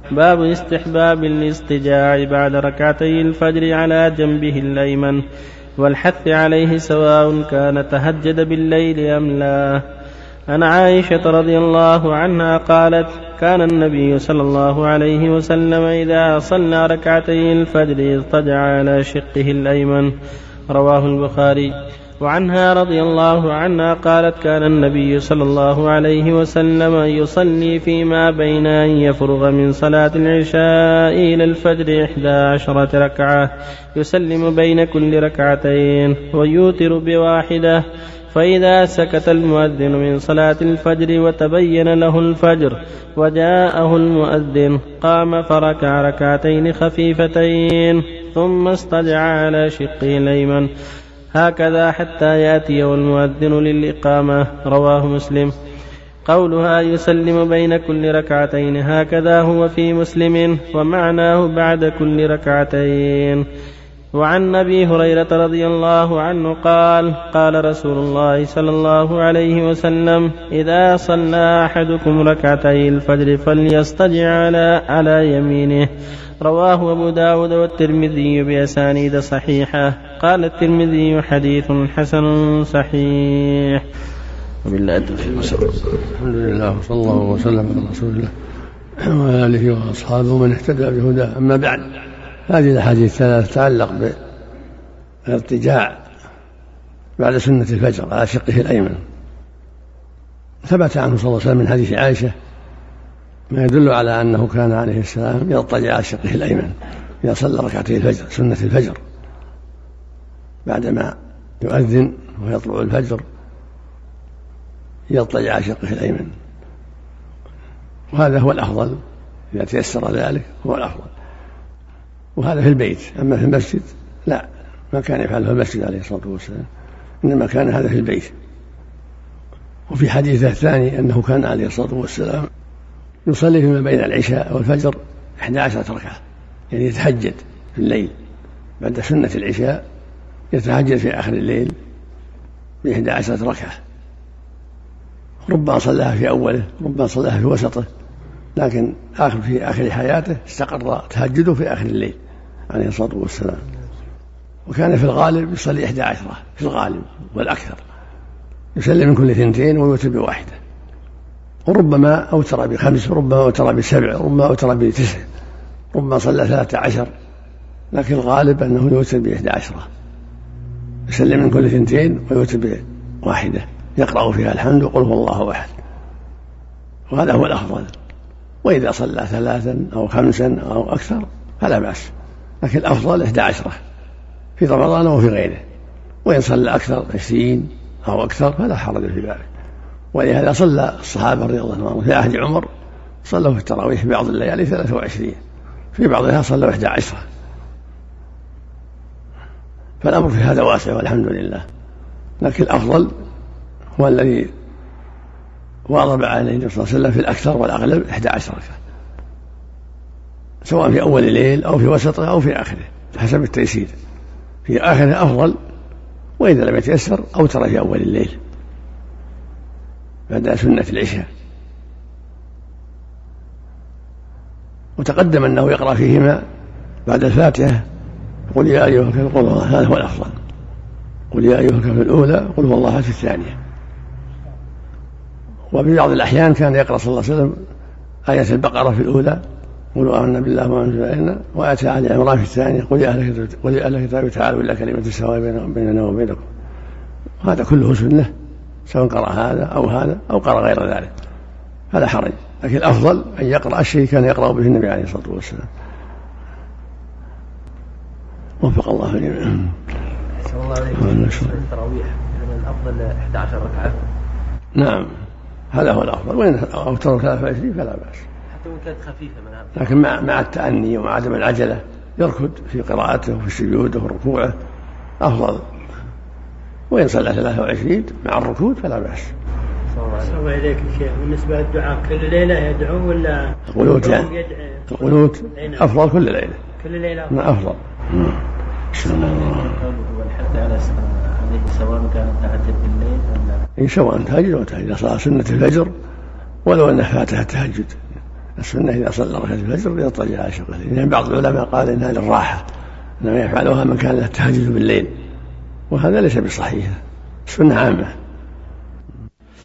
باب استحباب الاضطجاع بعد ركعتي الفجر على جنبه الأيمن والحث عليه سواء كان تهجد بالليل أم لا. عن عائشة رضي الله عنها قالت كان النبي صلى الله عليه وسلم إذا صلى ركعتي الفجر اضطجع على شقه الأيمن. رواه البخاري. وعنها رضي الله عنها قالت كان النبي صلى الله عليه وسلم يصلي فيما بين أن يفرغ من صلاة العشاء إلى الفجر 11 ركعة يسلم بين كل ركعتين ويوتر بواحدة، فإذا سكت المؤذن من صلاة الفجر وتبين له الفجر وجاءه المؤذن قام فركع ركعتين خفيفتين ثم اضطجع على شقه الأيمن هكذا حتى يأتي المؤذن للإقامة. رواه مسلم. قولها يسلم بين كل ركعتين هكذا هو في مسلم ومعناه بعد كل ركعتين. وعن أبي هريرة رضي الله عنه قال قال رسول الله صلى الله عليه وسلم إذا صلى أحدكم ركعتي الفجر فليضطجع على يمينه. رواه أبو داود والترمذي بأسانيد صحيحة. قال الترمذي حديث حسن صحيح. وبالله التوفيق. الحمد لله وصلى الله وسلم على رسول الله وعلى آله وأصحابه من اهتدى بهداه. أما بعد، هذه الأحاديث الثلاث تتعلق بالارتجاع بعد سنة الفجر على شقه الأيمن. ثبت عنه صلى الله عليه وسلم من حديث عائشة ما يدل على أنه كان عليه السلام يضطجع على شقه الأيمن إذا صلى ركعتي الفجر سنة الفجر بعدما يؤذن ويطلع الفجر يضطجع على شقه الأيمن، وهذا هو الأفضل إذا تيسر ذلك، هو الأفضل. وهذا في البيت. أما في المسجد لا، ما كان يفعله في المسجد عليه الصلاة والسلام، إنما كان هذا في البيت. وفي حديثه الثاني أنه كان عليه الصلاة والسلام يصلي فيما بين العشاء والفجر 11 ركعة، يعني يتهجد في الليل بعد سنة العشاء، يتهجد في آخر الليل ب11 ركعة، ربما صلاها في أوله ربما صلاها في وسطه، لكن في آخر حياته استقر تهجده في آخر الليل عليه الصلاة والسلام. وكان في الغالب يصلي 11 في الغالب والأكثر، يسلم من كل 2 ويوتر بواحدة، وربما أوتر ب5 ربما أوتر ب7 ربما أوتر ب9 ربما صلى 13، لكن الغالب أنه يوتر ب11، يسلم من كل 2 ويوتر بواحدة يقرأ فيها الحمد وقل هو الله أحد، وهذا هو الأفضل. وإذا صلى 3 أو 5 أو أكثر فلا بأس، لكن الأفضل 11 في رمضان وفي غيره. وإن صلى أكثر 20 أو أكثر فلا حرج في ذلك. ولهذا صلى الصحابة رضي الله عنهم في عهد عمر صلوا في التراويح في بعض الليالي 23، في بعضها صلوا 11. فالأمر في هذا واسع والحمد لله، لكن الأفضل هو الذي واظب عليه النبي صلى الله عليه وسلم في الأكثر والأغلب 11 ركعة، سواء في أول الليل أو في وسطه أو في آخره حسب التيسير. في آخره أفضل، وإذا لم يتيسر أوتر في أول الليل بعد سنة العشاء. وتقدم أنه يقرأ فيهما بعد الفاتحة قل يا أيها الكافرون قل الله، هذا هو الأفضل. قل يا أيها الكافرون الأولى قل هو الله في الثانية. وفي بعض الأحيان كان يقرأ صلى الله عليه وسلم آية البقرة في الأولى قولوا آمنا بالله وما أنزل إلينا، وآية آل عمران في الثانية قل يا أهل الكتاب تعالوا إلى كلمة سواء بيننا وبينكم. هذا كله سنة، سواء قرأ هذا أو قرأ غير ذلك فلا حرج، لكن الأفضل أن يقرأ الشيء كان يقرأ به النبي عليه الصلاة والسلام. وفق الله جميعا. صلى الله عليه وسلم التراويح من الأفضل 11 ركعة. نعم هذا هو الأفضل، وإن أوتر 23 فلا بأس، حتى وإن كانت خفيفة لكن مع التأني ومع عدم العجلة، يركض في قراءته وفي سجوده وركوعه أفضل. وإن صلى 23 مع الركود فلا بأس. صلى الله عليك الشيخ، بالنسبة للدعاء كل ليلة يدعو ولا القنوت؟ يعني القنوت أفضل كل ليلة، كل ليلة أفضل. والحث عليه سواء كان تهجد بالليل ولا سواء تهجد وتهجد، صلاة سنة الفجر ولو أنه فاتها التهجد السنة إذا صلى ركعة الفجر يضطجع على شقه، لأن بعض العلماء قال إنها للراحة، إنما يفعلها من كان له تهجد بالليل، وهذا ليس بصحيح. السنة عامة.